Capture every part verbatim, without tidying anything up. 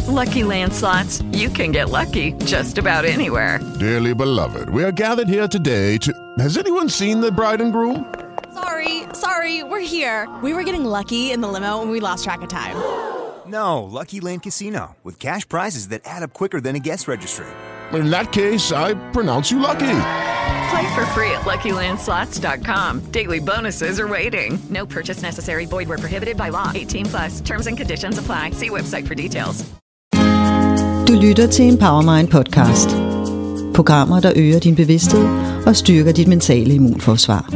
Lucky Land Slots, you can get lucky just about anywhere. Dearly beloved, we are gathered here today to... Has anyone seen the bride and groom? Sorry, sorry, we're here. We were getting lucky in the limo and we lost track of time. No, Lucky Land Casino, with cash prizes that add up quicker than a guest registry. In that case, I pronounce you lucky. Play for free at lucky land slots dot com. Daily bonuses are waiting. No purchase necessary. Void where prohibited by law. eighteen plus. Terms and conditions apply. See website for details. Du lytter til en Powermind podcast. Programmer, der øger din bevidsthed og styrker dit mentale immunforsvar.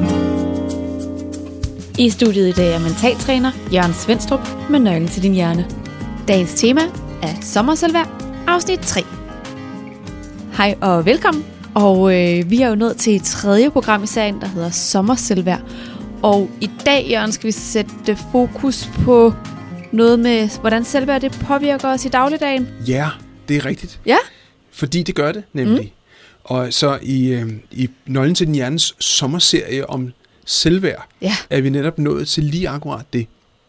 I studiet i dag er mentaltræner Jørgen Svendstrup med nøglen til din hjerne. Dagens tema er sommerselværd, afsnit tre. Hej og velkommen. Og øh, vi er jo nået til et tredje program i serien, der hedder Sommerselværd. Og i dag, Jørgen, skal vi sætte fokus på noget med, hvordan selvværd det påvirker os i dagligdagen. Ja, det er rigtigt. Ja? Fordi det gør det, nemlig. Mm. Og så i, øh, i Nøglen til din hjernes sommerserie om selvværd, ja. er vi netop nået til lige akkurat det.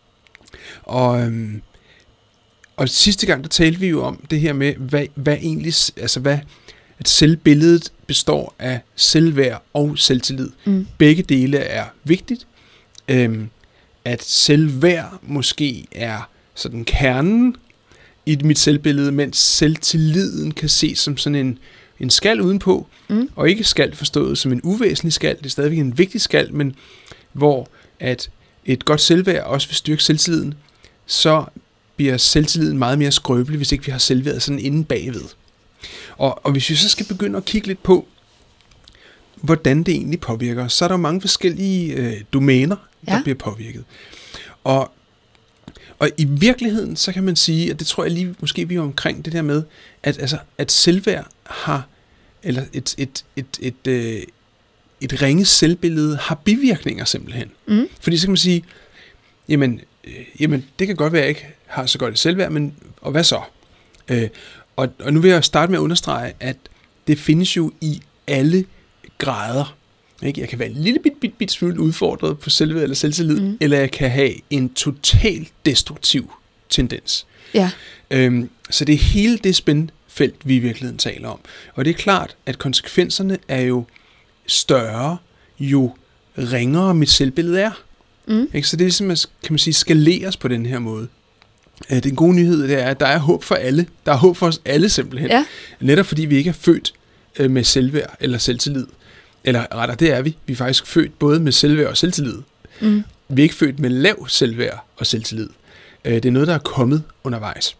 Og, øhm, og sidste gang, der talte vi jo om det her med, hvad, hvad egentlig, altså hvad, at selvbilledet består af selvværd og selvtillid. Mm. Begge dele er vigtigt. Øhm, at selvværd måske er sådan kernen i mit selvbillede, mens selvtilliden kan ses som sådan en, en skal udenpå, mm. og ikke skal forstået som en uvæsentlig skal. Det er stadigvæk en vigtig skal, men hvor at et godt selvværd også vil styrke selvtilliden, så bliver selvtilliden meget mere skrøbelig, hvis ikke vi har selvværdet sådan inde bagved. Og, og hvis vi så skal begynde at kigge lidt på, hvordan det egentlig påvirker, så er der mange forskellige øh, domæner, der ja. bliver påvirket. Og, og i virkeligheden, så kan man sige, at det tror jeg lige, måske vi er omkring det der med, at, altså, at selvværd har, eller et, et, et, et, et, et, et ringe selvbillede har bivirkninger simpelthen. Mm. Fordi så kan man sige, jamen, øh, jamen, det kan godt være, at jeg ikke har så godt et selvværd, men og hvad så? Øh, og, og nu vil jeg starte med at understrege, at det findes jo i alle grader. Ikke? Jeg kan være en lille bit, bit, bit smule udfordret på selvværd eller selvtillid, mm. eller jeg kan have en totalt destruktiv tendens. Ja. Øhm, så det er hele det spændfelt, vi i virkeligheden taler om. Og det er klart, at konsekvenserne er jo større, jo ringere mit selvbillede er. Mm. Ikke? Så det er ligesom, kan man sige, skaleres på den her måde. Den gode nyhed det er, at der er håb for alle. Der er håb for os alle simpelthen. Ja. Netop fordi vi ikke er født med selvværd eller selvtillid. Eller rettere, det er vi. Vi er faktisk født både med selvværd og selvtillid. Mm. Vi er ikke født med lav selvværd og selvtillid. Det er noget, der er kommet undervejs.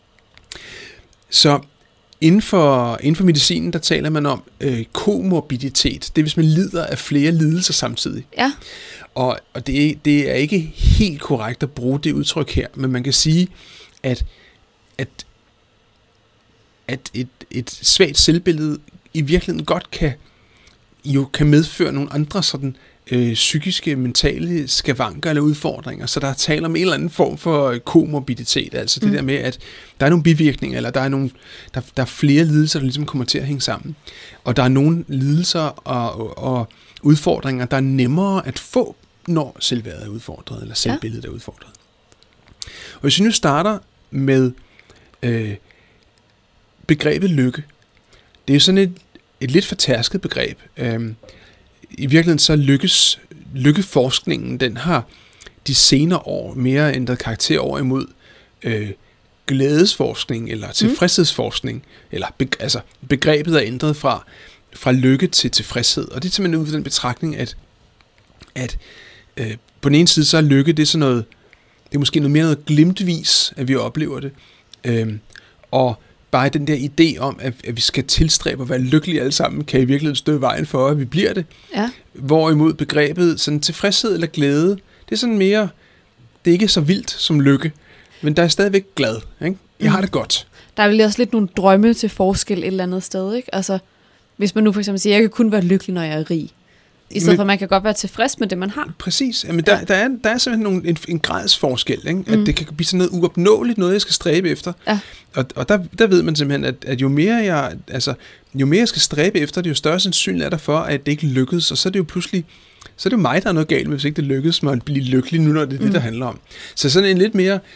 Så inden for, inden for medicinen, der taler man om øh, komorbiditet. Det er, hvis man lider af flere lidelser samtidig. Ja. Og, og det, det er ikke helt korrekt at bruge det udtryk her, men man kan sige, at, at, at et, et svagt selvbillede i virkeligheden godt kan, jo kan medføre nogle andre sådan, øh, psykiske, mentale skavanker eller udfordringer. Så der er tale om en eller anden form for komorbiditet, altså mm. det der med, at der er nogle bivirkninger, eller der er, nogle, der, der er flere lidelser, der ligesom kommer til at hænge sammen. Og der er nogle lidelser og, og, og udfordringer, der er nemmere at få, når selvværdet er udfordret, eller selvbilledet ja. er udfordret. Og hvis vi nu starter med øh, begrebet lykke, det er jo sådan et, et lidt fortærsket begreb. Øhm, I virkeligheden så lykkes, lykkeforskningen, den har de senere år mere ændret karakter over imod øh, glædesforskning, eller tilfredshedsforskning, mm. eller be, altså begrebet er ændret fra, fra lykke til tilfredshed, og det er simpelthen ud fra den betragtning, at, at øh, på den ene side så er lykke, det er sådan noget, det er måske noget mere noget glimtvis, at vi oplever det, øh, og bare den der idé om, at, at vi skal tilstræbe at være lykkelige alle sammen, kan i virkeligheden stå i vejen for, at vi bliver det. Ja. Hvorimod begrebet sådan tilfredshed eller glæde, det er sådan mere, det er ikke så vildt som lykke, men der er stadigvæk glad. Ikke? Jeg mm. har det godt. Der er vel også lidt nogle drømme til forskel et eller andet sted, ikke? Altså, hvis man nu for eksempel siger, jeg kan kun være lykkelig, når jeg er rig. I stedet men, for, at man kan godt være tilfreds med det, man har. Præcis. Jamen, der, ja. der, er, der er simpelthen nogle, en, en gradsforskel, ikke? At mm. det kan blive sådan noget uopnåeligt, noget jeg skal stræbe efter. Ja. Og, og der, der ved man simpelthen, at, at jo mere jeg, altså, jo mere jeg skal stræbe efter, det jo større sandsynligt er der for, at det ikke lykkes. Og så er det jo pludselig, så er det jo mig, der er noget galt med, hvis ikke det lykkes mig at blive lykkelig nu, når det er mm. det, der handler om. Så sådan en lidt mere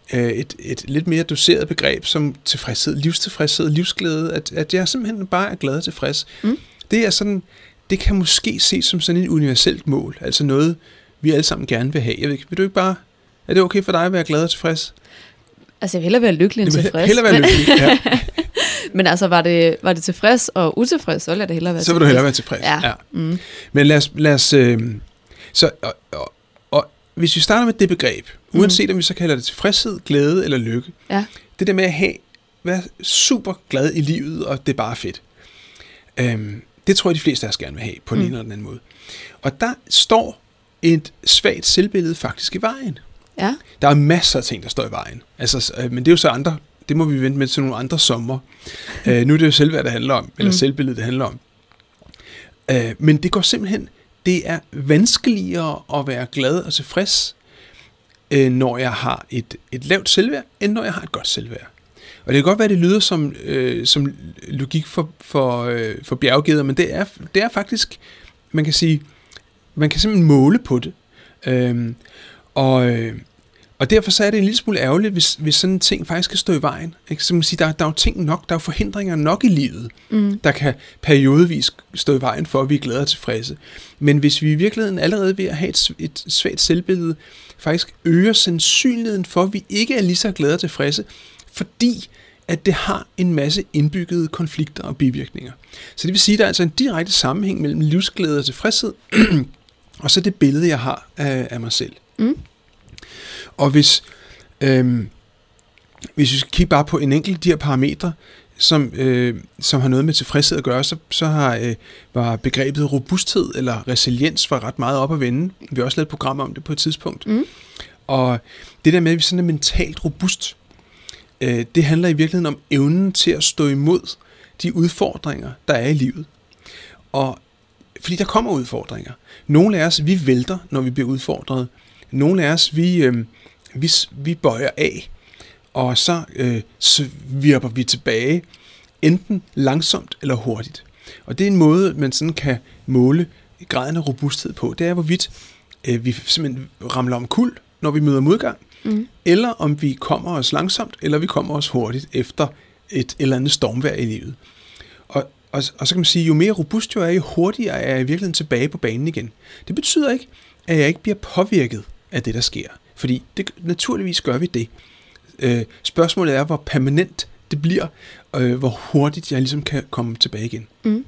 øh, et, et lidt mere doseret begreb som tilfredshed, livstilfredshed, livsglæde, at, at jeg simpelthen bare er glad og tilfreds. Mm. Det er sådan, det kan måske ses som sådan et universelt mål, altså noget, vi alle sammen gerne vil have. Jeg ved ikke, vil du ikke bare, er det okay for dig at være glad og tilfreds? Altså, jeg vil hellere være lykkelig end tilfreds. Hellere være lykkelig, ja. Men altså, var det, var det tilfreds og utilfreds, så ville jeg da hellere være tilfreds. Så vil du hellere være tilfreds, ja. ja. Mm. Men lad os, lad os øh, så, og, og, og hvis vi starter med det begreb, mm. uanset om vi så kalder det tilfredshed, glæde eller lykke, ja. det der med at have, være super glad i livet, og det er bare fedt. Øhm, det tror jeg, de fleste af os gerne vil have, på den mm. ene eller den anden måde. Og der står et svagt selvbillede faktisk i vejen. Ja. Der er masser af ting, der står i vejen. Altså, øh, men det er jo så andre, det må vi vente med til nogle andre sommer. øh, nu er det jo selvværd, det handler om, eller mm. selvbillede, det handler om. Øh, men det går simpelthen, det er vanskeligere at være glad og tilfreds, øh, når jeg har et, et lavt selvværd, end når jeg har et godt selvværd. Og det kan godt være, det lyder som, øh, som logik for, for, øh, for bjerggeder, men det er, det er faktisk, man kan sige, man kan simpelthen måle på det. Øh, og... Øh, Og derfor så er det en lille smule ærgerligt, hvis, hvis sådan en ting faktisk kan stå i vejen. Ikke? Så man siger, der, der er jo ting nok, der er jo forhindringer nok i livet, mm. der kan periodevis stå i vejen for, at vi er glade og tilfredse. Men hvis vi i virkeligheden allerede ved at have et, et svagt selvbillede, faktisk øger sandsynligheden for, at vi ikke er lige så glade og tilfredse, fordi at det har en masse indbyggede konflikter og bivirkninger. Så det vil sige, at der er altså en direkte sammenhæng mellem livsglæde og tilfredshed, og så det billede, jeg har af, af mig selv. Mm. Og hvis, øhm, hvis vi skal kigge bare på en enkelt af de her parametre, som, øh, som har noget med tilfredshed at gøre, så, så har, øh, var begrebet robusthed eller resiliens var ret meget op at vende. Vi har også lavet et program om det på et tidspunkt. Mm. Og det der med, at vi sådan er mentalt robust, øh, det handler i virkeligheden om evnen til at stå imod de udfordringer, der er i livet. Og fordi der kommer udfordringer. Nogle af os, vi vælter, når vi bliver udfordret. Nogle af os, vi, øh, vi, vi bøjer af, og så øh, svirper vi tilbage, enten langsomt eller hurtigt. Og det er en måde, man sådan kan måle graden af robusthed på. Det er, hvorvidt øh, vi simpelthen ramler omkuld, når vi møder modgang, mm. eller om vi kommer os langsomt, eller vi kommer os hurtigt efter et eller andet stormvejr i livet. Og, og, og så kan man sige, jo mere robust jeg er, jo hurtigere er jeg i virkeligheden tilbage på banen igen. Det betyder ikke, at jeg ikke bliver påvirket af det, der sker. Fordi det, naturligvis gør vi det. Øh, spørgsmålet er, hvor permanent det bliver, øh, hvor hurtigt jeg ligesom kan komme tilbage igen. Mm.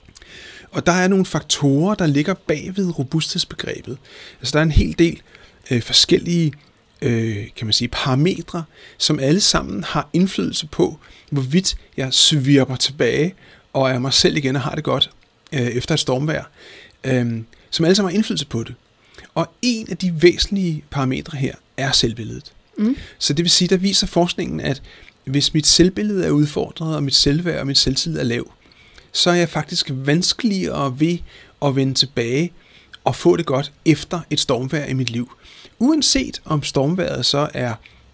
Og der er nogle faktorer, der ligger bag ved robusthedsbegrebet. Altså der er en hel del øh, forskellige øh, kan man sige, parametre, som alle sammen har indflydelse på, hvorvidt jeg svirper tilbage og er mig selv igen og har det godt øh, efter et stormvejr. Øh, som alle sammen har indflydelse på det. Og en af de væsentlige parametre her er selvbilledet. Mm. Så det vil sige, der viser forskningen, at hvis mit selvbillede er udfordret, og mit selvværd og mit selvtillid er lav, så er jeg faktisk vanskeligere ved at vende tilbage og få det godt efter et stormvejr i mit liv. Uanset om stormvejret så er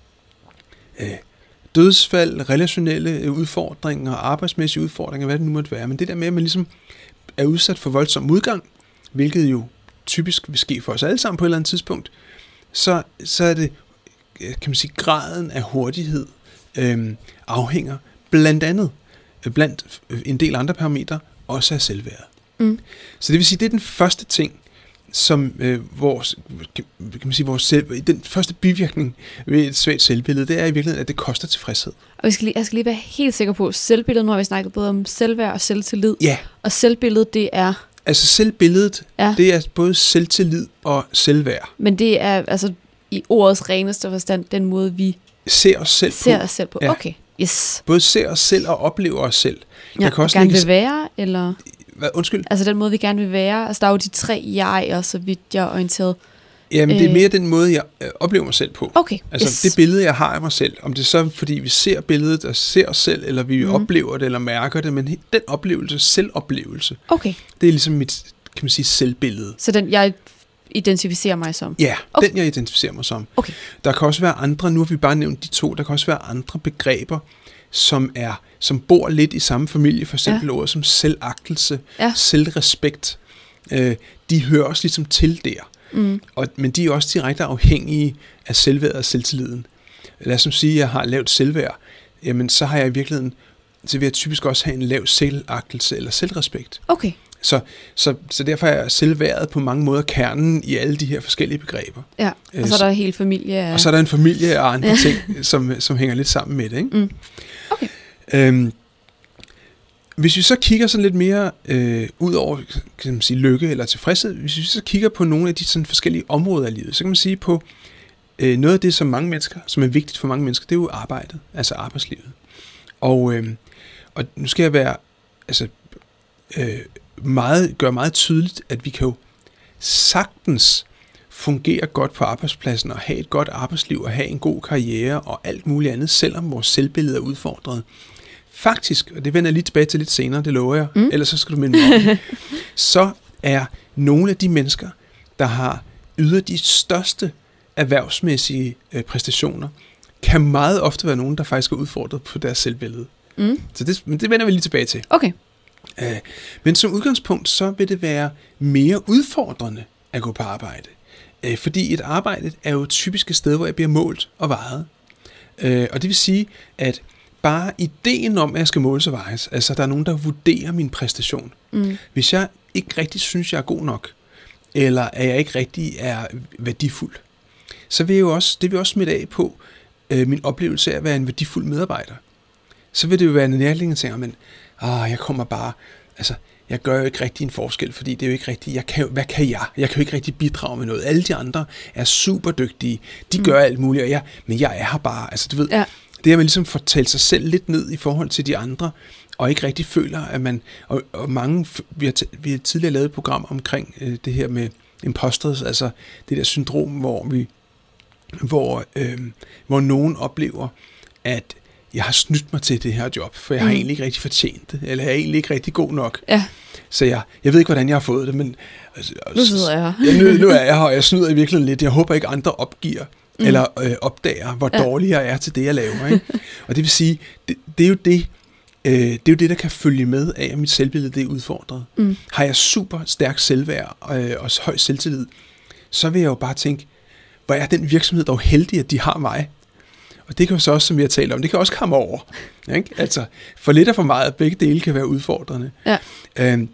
øh, dødsfald, relationelle udfordringer, arbejdsmæssige udfordringer, hvad det nu måtte være. Men det der med, at man ligesom er udsat for voldsom modgang, hvilket jo typisk vil ske for os alle sammen på et eller andet tidspunkt, så, så er det, kan man sige, graden af hurtighed øh, afhænger blandt andet, blandt en del andre parametre, også af selvværd. Mm. Så det vil sige, det er den første ting, som øh, vores, kan man sige, vores selv, den første bivirkning ved et svagt selvbillede, det er i virkeligheden, at det koster tilfredshed. Og jeg skal lige, jeg skal lige være helt sikker på, selvbilledet, nu har vi snakket både om selvværd og selvtillid, ja. Og selvbilledet, det er... Altså selvbilledet, ja. Det er både selvtillid og selvværd. Men det er altså i ordets reneste forstand den måde, vi ser os selv ser på. Os selv på. Ja. Okay, yes. Både ser os selv og oplever os selv. Ja, der kan også gerne lægges... vil være, eller... Hvad? Undskyld? Altså den måde, vi gerne vil være. Altså der er jo de tre jeg, og så vidt jeg er orienteret. Jamen, det er mere den måde, jeg øh, oplever mig selv på. Okay, altså yes. det billede, jeg har af mig selv. Om det er så, fordi vi ser billedet og ser os selv, eller vi mm. oplever det, eller mærker det, men den oplevelse, selvoplevelse, okay. det er ligesom mit, kan man sige, selvbillede. Så den, jeg identificerer mig som? Ja, okay. den jeg identificerer mig som. Okay. Der kan også være andre, nu har vi bare nævnt de to, der kan også være andre begreber, som er, som bor lidt i samme familie, for eksempel ja. Ord som selvagtelse, ja. Selvrespekt. Øh, de hører også ligesom til der. Mm. Og, men de er også direkte afhængige af selvværdet og selvtilliden. lad os sige, at jeg har lavt selvværd, jamen så har jeg i virkeligheden, så vil jeg typisk også have en lav selvagtelse eller selvrespekt. Okay. Så, så, så derfor er selvværdet på mange måder kernen i alle de her forskellige begreber. Ja, og så er der hele familie. Og så er der en familie og andre ja. ting, som, som hænger lidt sammen med det. Ikke? Mm. Okay. Øhm, hvis vi så kigger sådan lidt mere øh, ud over kan man sige, lykke eller tilfredshed, hvis vi så kigger på nogle af de sådan forskellige områder af livet, så kan man sige på øh, noget af det, som mange mennesker, som er vigtigt for mange mennesker, det er jo arbejdet, altså arbejdslivet. Og, øh, og nu skal jeg være, altså, øh, meget, gøre meget tydeligt, at vi kan jo sagtens fungere godt på arbejdspladsen og have et godt arbejdsliv og have en god karriere og alt muligt andet, selvom vores selvbillede er udfordret. Faktisk, og det vender jeg lige tilbage til lidt senere, det lover jeg, mm. ellers så skal du minde mig om det, så er nogle af de mennesker, der har ydet de største erhvervsmæssige øh, præstationer, kan meget ofte være nogen, der faktisk er udfordret på deres selvbillede. Mm. Så det, men det vender vi lige tilbage til. Okay. Øh, men som udgangspunkt, så vil det være mere udfordrende at gå på arbejde. Øh, fordi et arbejde er jo typisk et sted, hvor jeg bliver målt og vejet. Øh, og det vil sige, at bare ideen om, at jeg skal måles og vejes, altså der er nogen, der vurderer min præstation. Mm. Hvis jeg ikke rigtig synes, jeg er god nok, eller at jeg ikke rigtig er værdifuld, så vil jeg jo også, det vil også smitte af på øh, min oplevelse af at være en værdifuld medarbejder. Så vil det jo være en nærliggende ting, men ah, jeg kommer bare, altså, jeg gør jo ikke rigtig en forskel, fordi det er jo ikke rigtigt, jeg kan, hvad kan jeg? Jeg kan jo ikke rigtig bidrage med noget. Alle de andre er super dygtige, de mm. gør alt muligt, og jeg, men jeg er her bare, altså du ved, ja. Det er, at man ligesom får talt sig selv lidt ned i forhold til de andre, og ikke rigtig føler, at man, og, og mange, vi har, t- vi har tidligere lavet et program omkring øh, det her med imposters, altså det der syndrom, hvor vi, hvor, øh, hvor nogen oplever, at jeg har snydt mig til det her job, for jeg har mm. egentlig ikke rigtig fortjent det, eller jeg er egentlig ikke rigtig god nok. Ja. Så jeg, jeg ved ikke, hvordan jeg har fået det, men altså, nu sidder jeg her. ja, nu, nu er jeg her, og jeg snyder i virkeligheden lidt. Jeg håber ikke, andre opgiver, mm. eller øh, opdager, hvor ja. dårlig jeg er til det, jeg laver. Ikke? Og det vil sige, det, det er jo det, øh, det er jo det, der kan følge med af, at mit selvbillede det er udfordret. Mm. Har jeg super stærk selvværd øh, og høj selvtillid, så vil jeg jo bare tænke, hvor er den virksomhed dog heldig, at de har mig? Og det kan jo så også, som vi har talt om, det kan også komme over. Ikke? Altså, for lidt og for meget, begge dele kan være udfordrende. Ja. Øhm,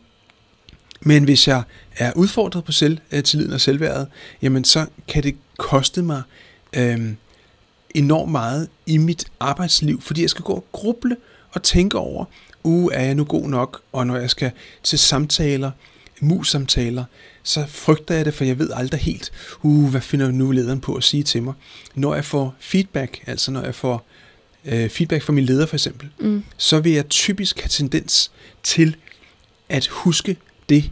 men hvis jeg er udfordret på selvtilliden og selvværdet, jamen så kan det koste mig øhm, enormt meget i mit arbejdsliv, fordi jeg skal gå og gruble og tænke over, uh, er jeg nu god nok? Og når jeg skal til samtaler, mus-samtaler, så frygter jeg det, for jeg ved aldrig helt, uh, hvad finder nu lederen på at sige til mig. Når jeg får feedback, altså når jeg får øh, feedback fra min leder for eksempel, mm. så vil jeg typisk have tendens til at huske det,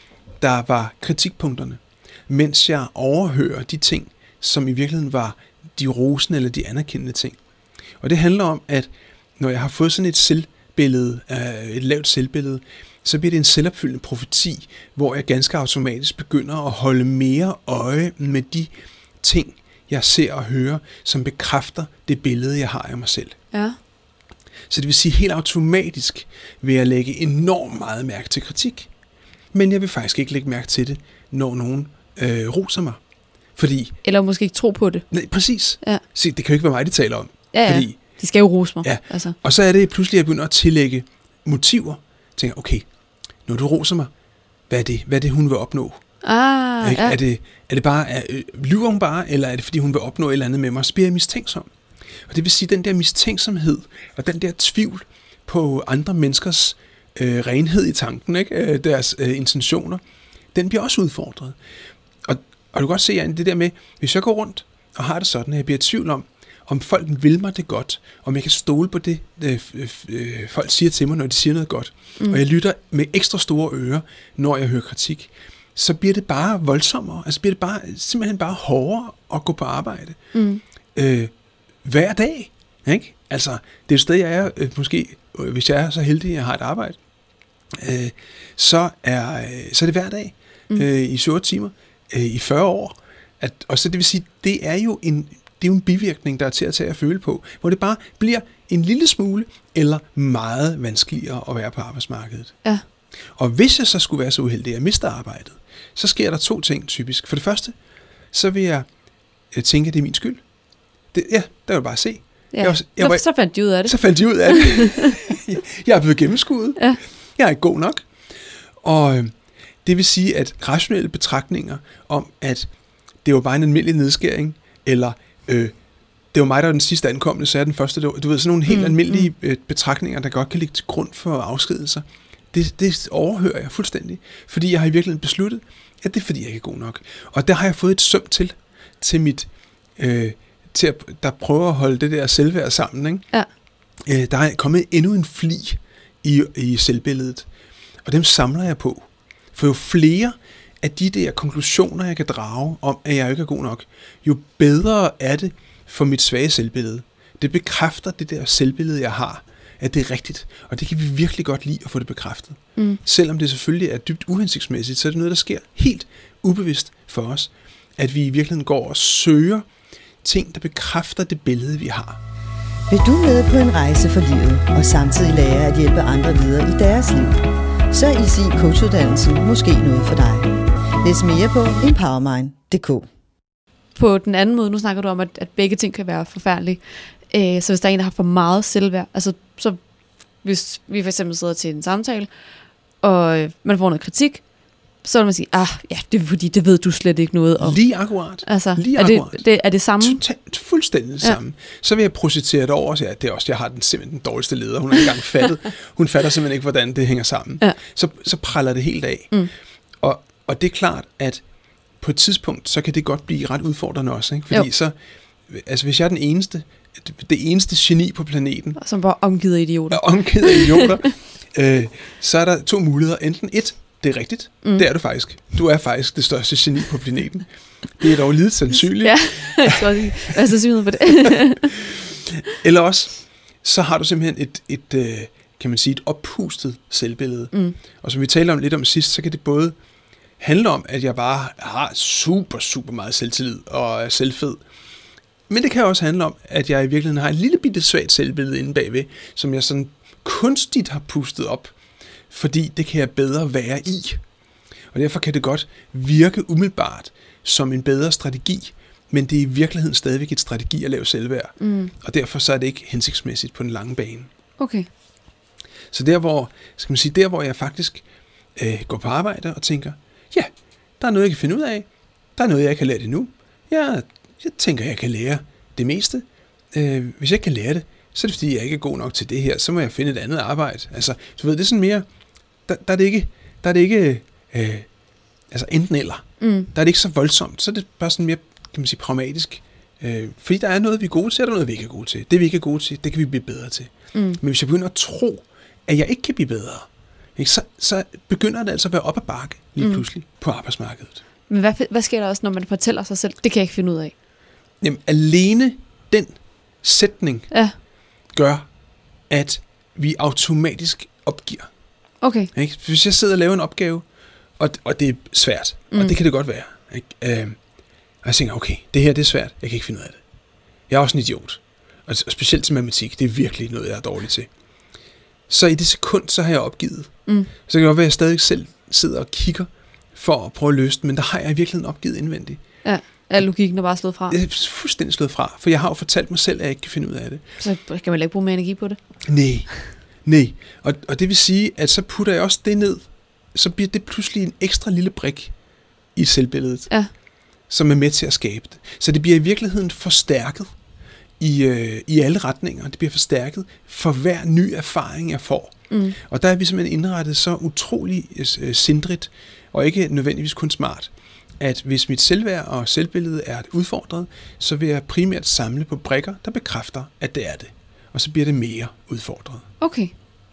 der var kritikpunkterne, mens jeg overhører de ting, som i virkeligheden var de rosende eller de anerkendende ting. Og det handler om, at når jeg har fået sådan et selvbillede, øh, et lavt selvbillede, så bliver det en selvopfyldende profeti, hvor jeg ganske automatisk begynder at holde mere øje med de ting, jeg ser og hører, som bekræfter det billede, jeg har af mig selv. Ja. Så det vil sige, helt automatisk vil jeg lægge enormt meget mærke til kritik, men jeg vil faktisk ikke lægge mærke til det, når nogen øh, roser mig. Fordi, eller måske ikke tro på det. Nej, præcis. Ja. Se, det kan jo ikke være mig, de taler om. Ja, ja. Fordi, de skal jo rose mig. Ja. Altså. Og så er det pludselig, at jeg begynder at tillægge motiver. Jeg tænker, okay, når du roser mig, hvad er det, hvad er det hun vil opnå? Ah, ja. er, det, er det bare, er, lyver hun bare, eller er det fordi hun vil opnå et eller andet med mig, så bliver jeg mistænksom. Og det vil sige, den der mistænksomhed, og den der tvivl på andre menneskers øh, renhed i tanken, ikke? Deres øh, intentioner, den bliver også udfordret. Og, og du kan godt se, Jan, det der med, hvis jeg går rundt og har det sådan, at jeg bliver i tvivl om, om folk vil mig det godt, om jeg kan stole på det, øh, øh, folk siger til mig, når de siger noget godt, mm. og jeg lytter med ekstra store ører, når jeg hører kritik, så bliver det bare voldsommere, altså bliver det bare, simpelthen bare hårdere at gå på arbejde. Mm. Øh, hver dag, ikke? Altså, det er et sted, jeg er, øh, måske, øh, hvis jeg er så heldig, at jeg har et arbejde, øh, så, er, øh, så er det hver dag, mm. øh, i syv timer, øh, i fyrre år, at, og så det vil sige, det er jo en det er jo en bivirkning, der er til at tage at føle på, hvor det bare bliver en lille smule eller meget vanskeligere at være på arbejdsmarkedet. Ja. Og hvis jeg så skulle være så uheldig at miste arbejdet, så sker der to ting typisk. For det første, så vil jeg tænke, at det er min skyld. Det, ja, der kan du bare se. Ja. Jeg var, jeg var, så, så fandt de ud af det. Så fandt de ud af det. Jeg er blevet gennemskuet. Ja. Jeg er ikke god nok. Og øh, det vil sige, at rationelle betragtninger om, at det var bare en almindelig nedskæring, eller øh, det var mig, der var den sidste ankommende, så er den første. Du ved, sådan nogle helt mm, almindelige øh, betragtninger, der godt kan ligge til grund for afskedelser. Det, det overhører jeg fuldstændig, fordi jeg har i virkeligheden besluttet, at det er fordi, jeg ikke er god nok. Og der har jeg fået et søm til, til mit, øh, til at, der prøver at holde det der selvværd sammen. Ikke? Ja. Øh, der er kommet endnu en fli i, i selvbilledet, og dem samler jeg på. For jo flere af de der konklusioner, jeg kan drage om, at jeg ikke er god nok, jo bedre er det for mit svage selvbillede. Det bekræfter det der selvbillede, jeg har, at det er rigtigt. Og det kan vi virkelig godt lide at få det bekræftet. Mm. Selvom det selvfølgelig er dybt uhensigtsmæssigt, så er det noget, der sker helt ubevidst for os. At vi i virkeligheden går og søger ting, der bekræfter det billede, vi har. Vil du med på en rejse for livet, og samtidig lære at hjælpe andre videre i deres liv? Så er Easy Coach-uddannelsen måske noget for dig. Læs mere på empowermind punktum d k. På den anden måde, nu snakker du om, at, at begge ting kan være forfærdelige. Øh, så hvis der er en, der har for meget selvværd, altså så hvis vi for eksempel sidder til en samtale, og man får noget kritik, så vil man sige, ah, ja, det er fordi, det ved du slet ikke noget om. Lige akkurat. Altså, Lige er, akkurat. Det, det, er det samme? Totalt, fuldstændig det ja. samme. Så vil jeg projicere det over og sige, at det er også, jeg har den simpelthen den dårligste leder. Hun har ikke engang fattet. Hun fatter simpelthen ikke, hvordan det hænger sammen. Ja. Så, så praller det helt af. Mm. Og, og det er klart, at på et tidspunkt, så kan det godt blive ret udfordrende også. Ikke? Fordi jo. så, altså hvis jeg er den eneste, det eneste geni på planeten, som bare omgivet af idioter, er omgivet af idioter, øh, så er der to muligheder. Enten et, det er rigtigt. Mm. Det er du faktisk. Du er faktisk det største geni på planeten. Det er dog lidt sandsynligt. Ja, jeg skal også være sandsynlighed på det. Eller også, så har du simpelthen et, et, et kan man sige, et oppustet selvbillede. Mm. Og som vi talte om lidt om sidst, så kan det både handle om, at jeg bare har super, super meget selvtillid og er selvfed. Men det kan også handle om, at jeg i virkeligheden har et lille bitte svagt selvbillede inde bagved, som jeg sådan kunstigt har pustet op, fordi det kan jeg bedre være i. Og derfor kan det godt virke umiddelbart som en bedre strategi, men det er i virkeligheden stadigvæk et strategi at lave selvværd. Mm. Og derfor så er det ikke hensigtsmæssigt på den lange bane. Okay. Så der hvor, skal man sige, der hvor jeg faktisk øh, går på arbejde og tænker, ja, der er noget, jeg kan finde ud af. Der er noget, jeg kan lære det nu. Jeg, jeg tænker, jeg kan lære det meste. Øh, hvis jeg ikke kan lære det, så er det fordi, jeg ikke er god nok til det her. Så må jeg finde et andet arbejde. Altså, du ved, det er sådan mere, der, der er det ikke, der er det ikke øh, altså enten eller. Mm. Der er det ikke så voldsomt. Så er det bare sådan mere, kan man sige, pragmatisk. Øh, fordi der er noget, vi er gode til, og der er noget, vi ikke er gode til. Det, vi ikke er gode til, det kan vi blive bedre til. Mm. Men hvis jeg begynder at tro, at jeg ikke kan blive bedre, ikke, så, så begynder det altså at være op ad bakke lige mm. pludselig på arbejdsmarkedet. Men hvad, hvad sker der også, når man fortæller sig selv, det kan jeg ikke finde ud af? Jamen, alene den sætning ja. gør, at vi automatisk opgiver. Okay. Ikke? Hvis jeg sidder og laver en opgave, og, og det er svært, mm. og det kan det godt være, ikke? Øh, og jeg tænker, okay, det her det er svært, jeg kan ikke finde ud af det. Jeg er også en idiot. Og specielt til matematik, det er virkelig noget, jeg er dårlig til. Så i det sekund, så har jeg opgivet. Mm. Så kan det godt være, at jeg stadig selv sidder og kigger for at prøve at løse det, men der har jeg i virkeligheden opgivet indvendigt. Ja, er logikken er bare slået fra? Jeg er fuldstændig slået fra, for jeg har jo fortalt mig selv, at jeg ikke kan finde ud af det. Så kan man ikke bruge mere energi på det? Nej, nej. Og, og det vil sige, at så putter jeg også det ned, så bliver det pludselig en ekstra lille brik i selvbilledet, ja. som er med til at skabe det. Så det bliver i virkeligheden forstærket i, øh, i alle retninger. Det bliver forstærket for hver ny erfaring, jeg får. Mm. Og der er vi simpelthen indrettet så utrolig øh, sindrigt, og ikke nødvendigvis kun smart, at hvis mit selvværd og selvbillede er udfordret, så vil jeg primært samle på brikker, der bekræfter, at det er det. Og så bliver det mere udfordret. Okay.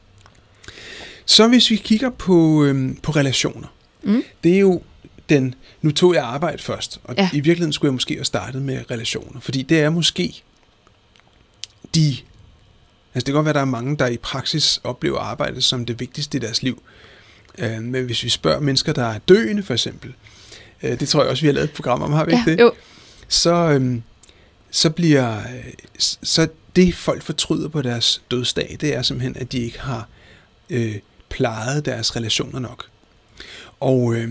Så hvis vi kigger på, øhm, på relationer, mm. det er jo den, nu tog jeg arbejde først, og ja. i virkeligheden skulle jeg måske have startet med relationer, fordi det er måske de, altså det kan godt være, der er mange, der i praksis oplever arbejde som det vigtigste i deres liv. Øh, men hvis vi spørger mennesker, der er døende for eksempel, øh, det tror jeg også, vi har lavet et program om, har vi ja, ikke det? Jo. Så, øhm, så bliver, øh, så det folk fortryder på deres dødsdag, det er simpelthen, at de ikke har øh, plejet deres relationer nok. Og, øh,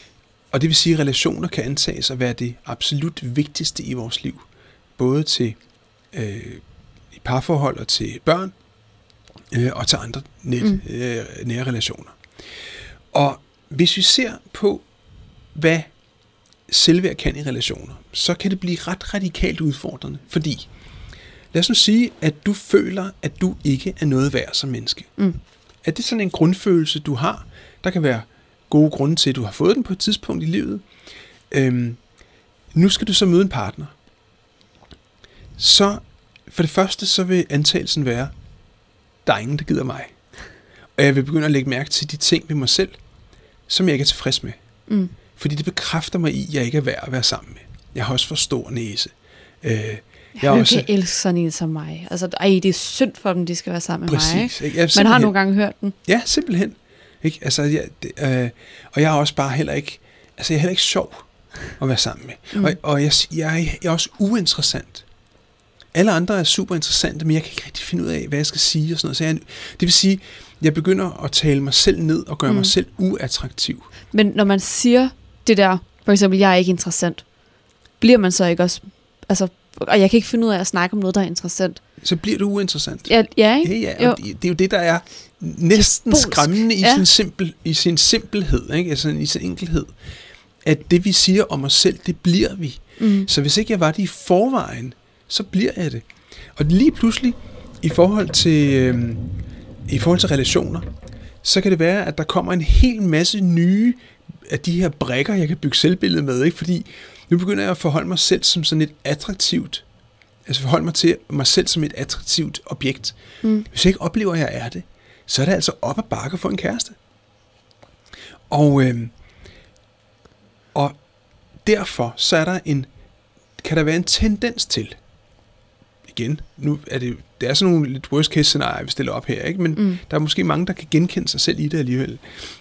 og det vil sige, at relationer kan antages at være det absolut vigtigste i vores liv. Både til øh, i parforhold og til børn, øh, og til andre net, mm. øh, nære relationer. Og hvis vi ser på, hvad selvværd kan i relationer, så kan det blive ret radikalt udfordrende, fordi lad os nu sige, at du føler, at du ikke er noget værd som menneske. Mm. Er det sådan en grundfølelse, du har? Der kan være gode grunde til, at du har fået den på et tidspunkt i livet. Øhm, nu skal du så møde en partner. Så for det første, så vil antagelsen være, der er ingen, der gider mig. Og jeg vil begynde at lægge mærke til de ting ved mig selv, som jeg ikke er tilfreds med. Mm. Fordi det bekræfter mig i, at jeg ikke er værd at være sammen med. Jeg har også for stor næse. Øh, jeg jeg også... kan elske sådan en som mig. Altså, ej, det er synd for dem, de skal være sammen med Præcis, mig. Ikke? Ikke? Man har nogle gange hørt den. Ja, simpelthen. Ikke? Altså, jeg, det, øh, og jeg er også bare heller ikke, altså jeg er heller ikke sjov at være sammen med. Mm. Og, og jeg, jeg, jeg er også uinteressant. Alle andre er super interessante, men jeg kan ikke rigtig finde ud af, hvad jeg skal sige og sådan noget. Så jeg, det vil sige, jeg begynder at tale mig selv ned og gøre mm. mig selv uattraktiv. Men når man siger det der, for eksempel, jeg er ikke interessant, bliver man så ikke også, altså, og jeg kan ikke finde ud af at snakke om noget, der er interessant. Så bliver du uinteressant. Ja, ja ikke? Ja, ja, og det, det er jo det, der er næsten Bolsk. skræmmende i, ja. sin simpel, i sin simpelhed, ikke? Altså i sin enkelhed. At det, vi siger om os selv, det bliver vi. Mm. Så hvis ikke jeg var det i forvejen, så bliver jeg det. Og lige pludselig, i forhold til, øh, i forhold til relationer, så kan det være, at der kommer en hel masse nye af de her brikker, jeg kan bygge selvbillede med, ikke? Fordi nu begynder jeg at forholde mig selv som sådan et attraktivt, altså forholde mig til mig selv som et attraktivt objekt. Mm. Hvis jeg ikke oplever, at jeg er det, så er det altså op ad bakke for en kæreste. Og, øh, og derfor så er der en, kan der være en tendens til, igen, nu er det, det er sådan nogle lidt worst case scenarier, vi stiller op her, ikke? Men mm. der er måske mange, der kan genkende sig selv i det alligevel.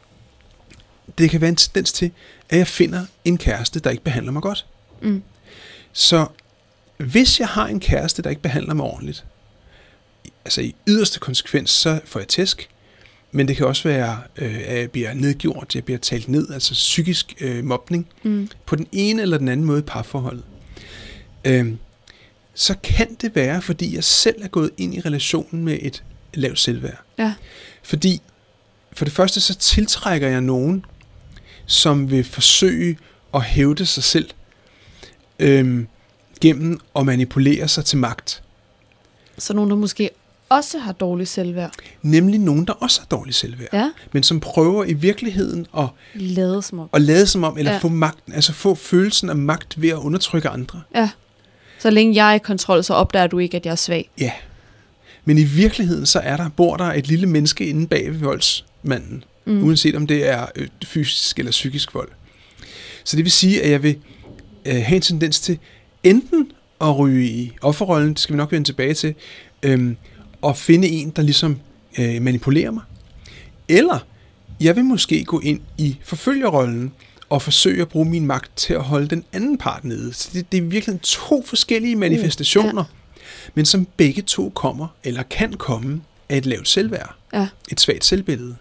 Det kan være en tendens til, at jeg finder en kæreste, der ikke behandler mig godt. Mm. Så hvis jeg har en kæreste, der ikke behandler mig ordentligt, altså i yderste konsekvens, så får jeg tæsk, men det kan også være, øh, at jeg bliver nedgjort, jeg bliver talt ned, altså psykisk øh, mobning, mm. på den ene eller den anden måde i parforholdet. Øh, så kan det være, fordi jeg selv er gået ind i relationen med et lavt selvværd. Ja. Fordi for det første, så tiltrækker jeg nogen, som vil forsøge at hævde sig selv øhm, gennem at manipulere sig til magt. Så nogen, der måske også har dårlig selvværd. Nemlig nogen, der også har dårlig selvværd. Ja. Men som prøver i virkeligheden at lade som om, at lade som om eller ja. få magten, altså få følelsen af magt ved at undertrykke andre. Ja. Så længe jeg er i kontrol, så opdager du ikke, at jeg er svag. Ja. Men i virkeligheden, så er der, bor der et lille menneske inde bag ved voldsmanden. Mm. Uanset om det er øh, fysisk eller psykisk vold. Så det vil sige, at jeg vil øh, have en tendens til enten at ryge i offerrollen, det skal vi nok vende tilbage til, øh, og finde en, der ligesom øh, manipulerer mig. Eller jeg vil måske gå ind i forfølgerrollen og forsøge at bruge min magt til at holde den anden part nede. Så det, det er virkelig to forskellige manifestationer, uh, ja. men som begge to kommer, eller kan komme, af et lavt selvværd. Ja. Et svagt selvbillede.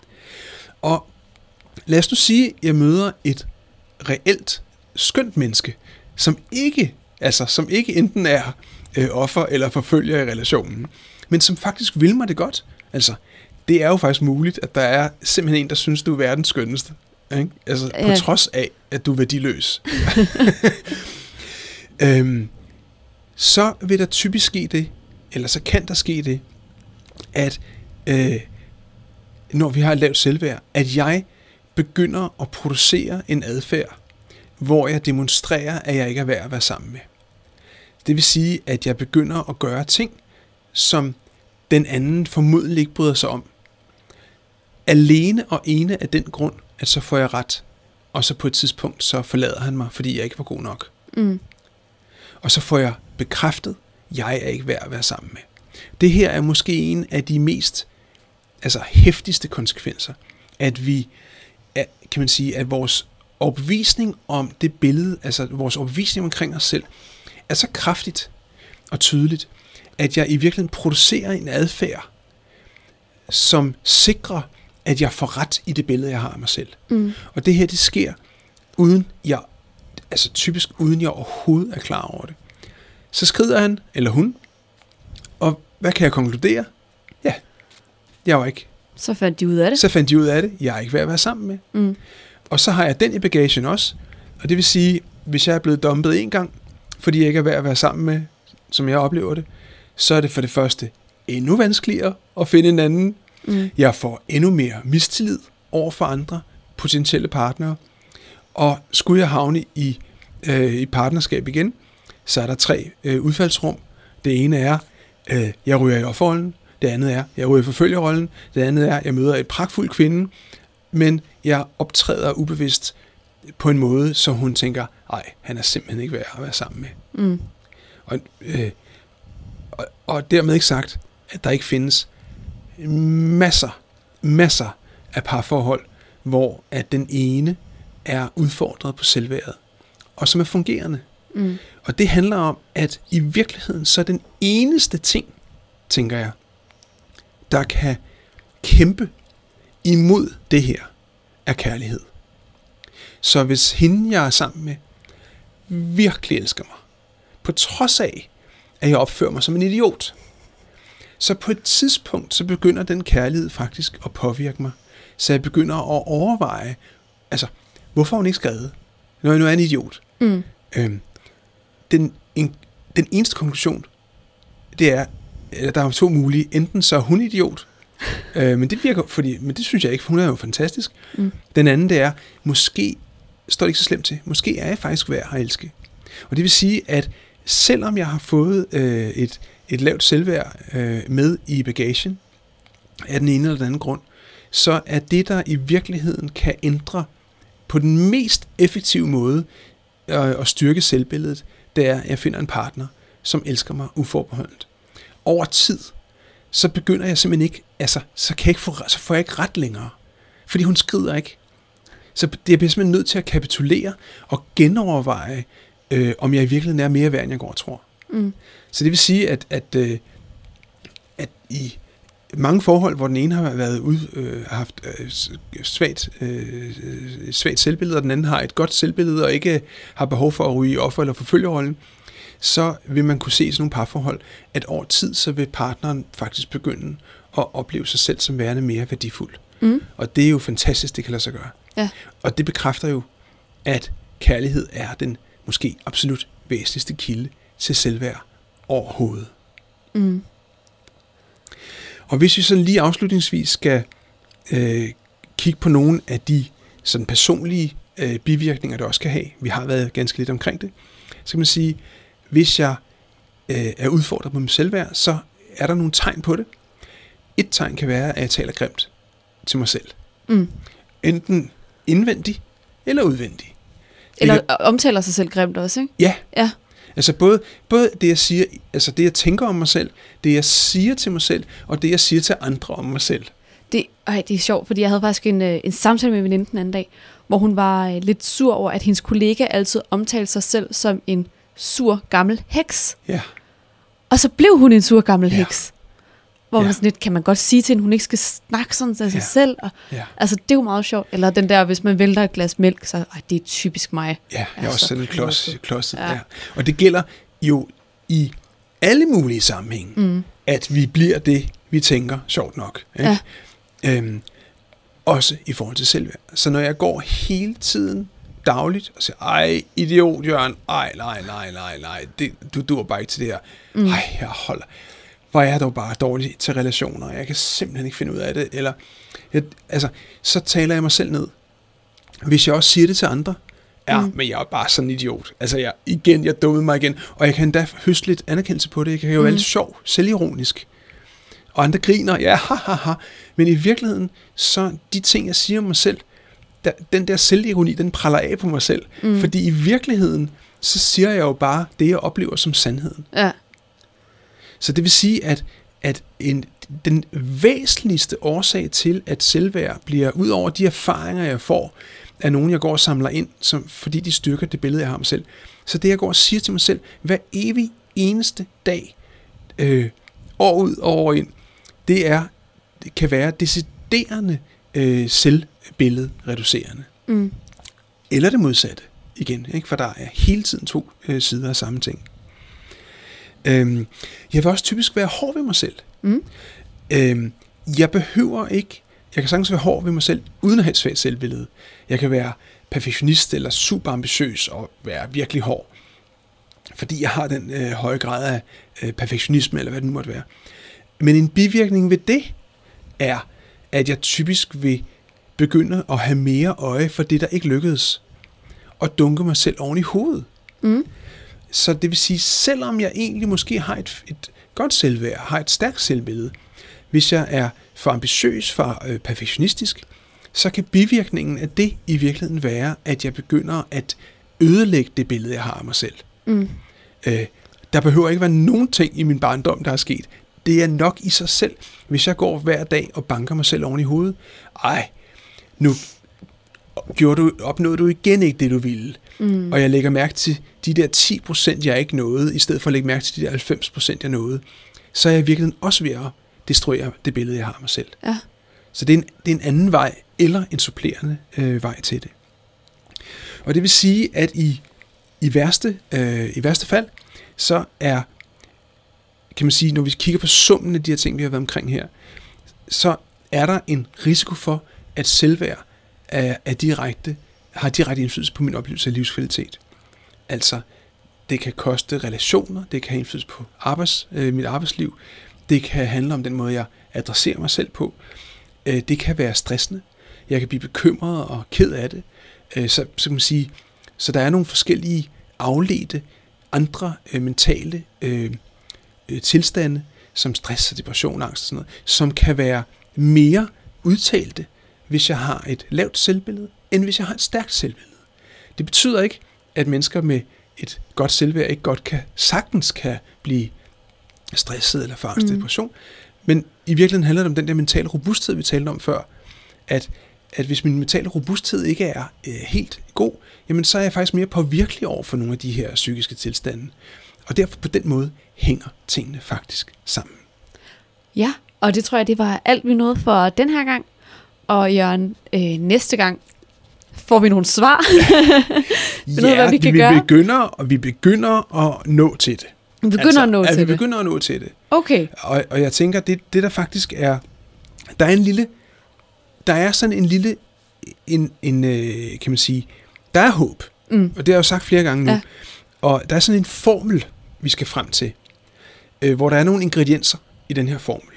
Og lad os nu sige, at jeg møder et reelt skønt menneske, som ikke, altså som ikke enten er øh, offer eller forfølger i relationen, men som faktisk vil mig det godt. Altså, det er jo faktisk muligt, at der er simpelthen en, der synes, du er verdens skønneste. Ikke? Altså, ja. På trods af, at du er værdiløs. øhm, så vil der typisk ske det, eller så kan der ske det, at øh, når vi har et lavt selvværd, at jeg begynder at producere en adfærd, hvor jeg demonstrerer, at jeg ikke er værd at være sammen med. Det vil sige, at jeg begynder at gøre ting, som den anden formodentlig ikke bryder sig om. Alene og ene af den grund, at så får jeg ret, og så på et tidspunkt, så forlader han mig, fordi jeg ikke var god nok. Mm. Og så får jeg bekræftet, at jeg er ikke værd at være sammen med. Det her er måske en af de mest altså hæftigste konsekvenser, at vi, kan man sige, at vores overbevisning om det billede, altså vores overbevisning omkring os selv, er så kraftigt og tydeligt, at jeg i virkeligheden producerer en adfærd, som sikrer, at jeg får ret i det billede, jeg har af mig selv. Mm. Og det her, det sker uden jeg, altså typisk uden jeg overhovedet er klar over det. så skrider han, eller hun, og hvad kan jeg konkludere? Ja, jeg var ikke. Så fandt de ud af det. Så fandt de ud af det. Jeg er ikke værd at være sammen med. Mm. Og så har jeg den i bagagen også. Og det vil sige, hvis jeg er blevet dumpet en gang, fordi jeg ikke er værd at være sammen med, som jeg oplever det, så er det for det første endnu vanskeligere at finde en anden. Mm. Jeg får endnu mere mistillid over for andre potentielle partnere. Og skulle jeg havne i, øh, i partnerskab igen, så er der tre øh, udfaldsrum. Det ene er, øh, jeg ryger i offerrollen. Det andet er, jeg ryger i forfølgerrollen. Det andet er, jeg møder et pragtfuld kvinde, men jeg optræder ubevidst på en måde, så hun tænker, nej, han er simpelthen ikke værd at være sammen med. Mm. Og, øh, og, og dermed ikke sagt, at der ikke findes masser, masser af parforhold, hvor at den ene er udfordret på selvværdet, og som er fungerende. Mm. Og det handler om, at i virkeligheden, så er den eneste ting, tænker jeg, der kan kæmpe imod det her, er kærlighed. Så hvis hende, jeg er sammen med, virkelig elsker mig, på trods af, at jeg opfører mig som en idiot, så på et tidspunkt, så begynder den kærlighed faktisk at påvirke mig. Så jeg begynder at overveje, altså, hvorfor har hun ikke skrevet, når jeg nu er en idiot? Mm. Øhm, den, en, den eneste konklusion, det er, at der er to mulige. Enten så er hun idiot, øh, men det virker, fordi, men det synes jeg ikke, for hun er jo fantastisk. Mm. Den anden, det er, måske står det ikke så slemt til. Måske er jeg faktisk værd at elske. Og det vil sige, at selvom jeg har fået øh, et, et lavt selvværd øh, med i bagagen, af den ene eller den anden grund, så er det, der i virkeligheden kan ændre på den mest effektive måde øh, og styrke selvbilledet, det er, at jeg finder en partner, som elsker mig uforbeholdent. Over tid, så begynder jeg simpelthen ikke, altså, så, kan jeg ikke få, så får jeg ikke ret længere. Fordi hun skrider ikke. Så det er simpelthen nødt til at kapitulere og genoverveje, øh, om jeg i virkeligheden er mere værd, end jeg går og tror. Mm. Så det vil sige, at, at, øh, at i mange forhold, hvor den ene har været ud, øh, haft øh, svagt, øh, svagt selvbillede, og den anden har et godt selvbillede, og ikke har behov for at ryge i offer- eller forfølgerrollen, så vil man kunne se i sådan nogle parforhold, at over tid, så vil partneren faktisk begynde at opleve sig selv som værende mere værdifuld. Mm. Og det er jo fantastisk, det kan lade sig gøre. Ja. Og det bekræfter jo, at kærlighed er den måske absolut væsentligste kilde til selvværd overhovedet. Mm. Og hvis vi sådan lige afslutningsvis skal øh, kigge på nogle af de sådan personlige øh, bivirkninger, det også kan have, vi har været ganske lidt omkring det, så kan man sige, hvis jeg øh, er udfordret på mit selvværd, så er der nogle tegn på det. Et tegn kan være, at jeg taler grimt til mig selv. Mm. Enten indvendig eller udvendig. Eller kan, omtaler sig selv grimt også, ikke? Ja. Ja. Altså både, både det, jeg siger, altså det, jeg tænker om mig selv, det, jeg siger til mig selv, og det, jeg siger til andre om mig selv. Det, ej, det er sjovt, fordi jeg havde faktisk en, en samtale med min veninde den anden dag, hvor hun var lidt sur over, at hendes kollega altid omtalte sig selv som en sur gammel heks. Ja. Og så blev hun en sur gammel ja. heks. Hvor ja. man sådan lidt, kan man godt sige til hende, hun ikke skal snakke sådan til sig ja. selv. Og, ja. Altså, det er jo meget sjovt. Eller den der, hvis man vælter et glas mælk, så ej, det er typisk mig. Ja, jeg er også sådan lidt klods, klodset ja. der. Og det gælder jo i alle mulige sammenhænge, mm. at vi bliver det, vi tænker, sjovt nok. Ikke? Ja. Øhm, også i forhold til selvværd. Så når jeg går hele tiden dagligt og siger, ej, idiot, Jørgen, ej, nej, nej, nej, nej, det, du dur bare ikke til det her. Mm. Ej, jeg holder... hvor er jeg dog bare dårlig til relationer, jeg kan simpelthen ikke finde ud af det, eller, jeg, altså, så taler jeg mig selv ned. Hvis jeg også siger det til andre, ja, mm. men jeg er bare sådan en idiot. Altså, jeg, igen, jeg dummede mig igen, og jeg kan endda høste lidt anerkendelse på det, jeg kan jo mm. være lidt sjov, selvironisk, og andre griner, ja, ha, ha, ha, men i virkeligheden, så de ting, jeg siger om mig selv, der, den der selvironi, den praller af på mig selv, mm. fordi i virkeligheden, så siger jeg jo bare det, jeg oplever som sandheden. Ja. Så det vil sige, at, at en, den væsentligste årsag til, at selvværd bliver, ud over de erfaringer, jeg får, af nogen, jeg går og samler ind, som, fordi de styrker det billede, jeg har om mig selv. Så det, jeg går og siger til mig selv, hver evig eneste dag, øh, år ud og år ind, det, er, det kan være deciderende øh, selvbillede reducerende. Mm. Eller det modsatte, igen, ikke? For der er hele tiden to øh, sider af samme ting. Øhm, jeg vil også typisk være hård ved mig selv. Mm. Øhm, jeg behøver ikke, jeg kan sagtens være hård ved mig selv, uden at have et svagt selvbillede. Jeg kan være perfektionist eller super ambitiøs og være virkelig hård, fordi jeg har den øh, høje grad af øh, perfektionisme, eller hvad det nu måtte være. Men en bivirkning ved det er, at jeg typisk vil begynde at have mere øje for det, der ikke lykkedes, og dunke mig selv oven i hovedet. Mm. Så det vil sige, selvom jeg egentlig måske har et, et godt selvværd, har et stærkt selvbillede, hvis jeg er for ambitiøs, for øh, perfektionistisk, så kan bivirkningen af det i virkeligheden være, at jeg begynder at ødelægge det billede, jeg har af mig selv. Mm. Øh, der behøver ikke være nogen ting i min barndom, der er sket. Det er nok i sig selv, hvis jeg går hver dag og banker mig selv oven i hovedet. Ej, nu gjorde du, opnåede du igen ikke det, du ville. Mm. Og jeg lægger mærke til de der ti procent, jeg ikke nåede, i stedet for at lægge mærke til de der halvfems procent, jeg nåede. Så er jeg virkelig også ved at destruere det billede, jeg har af mig selv. Ja. Så det er, en, det er en anden vej, eller en supplerende øh, vej til det. Og det vil sige, at i, i, værste, øh, i værste fald, så er, kan man sige, når vi kigger på summen af de her ting, vi har været omkring her, så er der en risiko for, at selvværd er, er direkte, har direkte indflydelse på min oplevelse af livskvalitet. Altså, det kan koste relationer, det kan have indflydelse på arbejds, øh, mit arbejdsliv, det kan handle om den måde, jeg adresserer mig selv på, øh, det kan være stressende, jeg kan blive bekymret og ked af det, øh, så, så kan man sige, så der er nogle forskellige afledte, andre øh, mentale øh, øh, tilstande, som stress og depression, angst og sådan noget, som kan være mere udtalte, hvis jeg har et lavt selvbillede, end hvis jeg har et stærkt selvbillede. Det betyder ikke, at mennesker med et godt selvværd ikke godt kan, sagtens kan blive stresset eller for angst og depression, men i virkeligheden handler det om den der mentale robusthed, vi talte om før, at, at hvis min mentale robusthed ikke er øh, helt god, jamen så er jeg faktisk mere påvirkelig over for nogle af de her psykiske tilstande. Og derfor på den måde hænger tingene faktisk sammen. Ja, og det tror jeg, det var alt vi nåede for den her gang. Og Jørgen, øh, næste gang får vi nogle svar. ja, noget, hvad vi, kan vi, gøre. Begynder, og vi begynder at nå til det. Vi begynder altså, at nå til det? Vi begynder at nå til det. Okay. Og, og jeg tænker, det, det der faktisk er, der er en lille, der er sådan en lille, en, en øh, kan man sige, der er håb. Mm. Og det har jeg jo sagt flere gange nu. Ja. Og der er sådan en formel, vi skal frem til, øh, hvor der er nogle ingredienser i den her formel.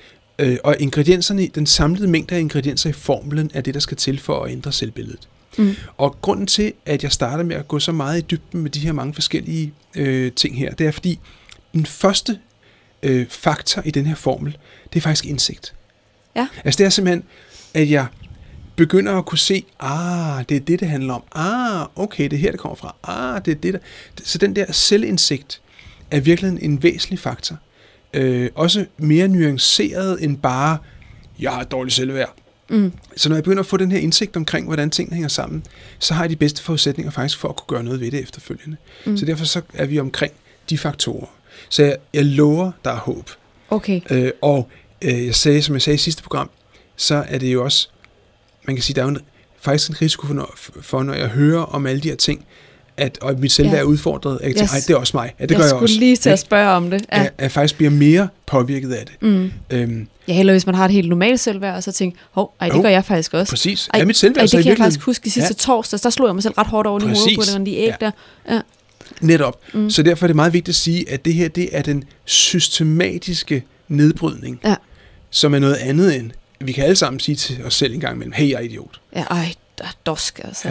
Øh, og ingredienserne, den samlede mængde af ingredienser i formelen, er det, der skal til for at ændre selvbilledet. Mm. Og grunden til, at jeg starter med at gå så meget i dybden med de her mange forskellige øh, ting her, det er fordi, den første øh, faktor i den her formel, det er faktisk indsigt. Ja. Altså det er simpelthen, at jeg begynder at kunne se, ah, det er det, det handler om. Ah, okay, det er her, det kommer fra. Ah, det er det, der. Så den der selvindsigt er virkelig en væsentlig faktor. Øh, også mere nuanceret end bare, jeg har et dårligt selvværd. Mm. Så når jeg begynder at få den her indsigt omkring, hvordan tingene hænger sammen, så har jeg de bedste forudsætninger faktisk for at kunne gøre noget ved det efterfølgende. Mm. Så derfor så er vi omkring de faktorer. Så jeg, jeg lover, der er håb. Okay. Øh, og øh, jeg sagde, som jeg sagde i sidste program, så er det jo også, man kan sige, der er jo en, faktisk en risiko for når, for, når jeg hører om alle de her ting, at og mit selvværd ja. er udfordret, jeg yes. det er også mig. Ja, det jeg gør jeg også. Jeg skulle lige til at spørge om det. Ja. At jeg faktisk bliver mere påvirket af det. Mm. Øhm, ja, heller hvis man har et helt normalt selvværd, og så tænker, hov, ej, det jo, gør jeg faktisk også. Præcis. Ej, ja, mit selvværd, ej, det kan jeg faktisk huske i sidste ja. torsdag, der slog jeg mig selv ret hårdt over i hovedet på den de æg ja. der. Ja. Netop. Mm. Så derfor er det meget vigtigt at sige, at det her, det er den systematiske nedbrydning, ja. som er noget andet end, vi kan alle sammen sige til os selv en gang imellem, hey, jeg er idiot. Ja, ej, der er dosk, altså. Ja.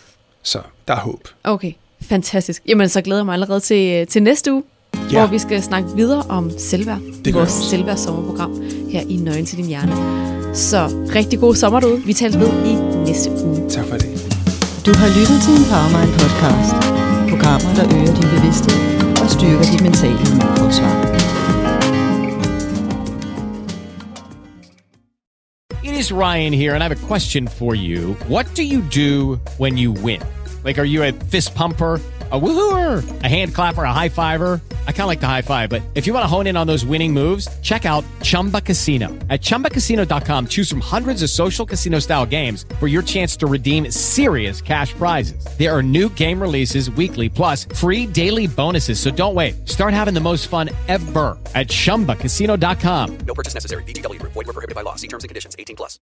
Så der er håb. Okay, fantastisk. Jamen, så glæder jeg mig allerede til, til næste uge, ja. hvor vi skal snakke videre om selvværd. Det vores selvværd-sommerprogram her i Nøgen til din hjerne. Så rigtig god sommer derude. Vi tales ved i næste uge. Tak for det. Du har lyttet til en Powermind podcast. Programmer, der øger din bevidsthed og styrker dit mentale immunforsvar. It is Ryan here, and I have a question for you. What do you do when you win? Like, are you a fist pumper, a woo-hooer, a hand clapper, a high fiver? I kind of like the high five, but if you want to hone in on those winning moves, check out Chumba Casino. At chumba casino dot com, choose from hundreds of social casino style games for your chance to redeem serious cash prizes. There are new game releases weekly, plus free daily bonuses. So don't wait. Start having the most fun ever at chumba casino dot com. No purchase necessary. V G W. Void where prohibited by law. See terms and conditions. eighteen plus.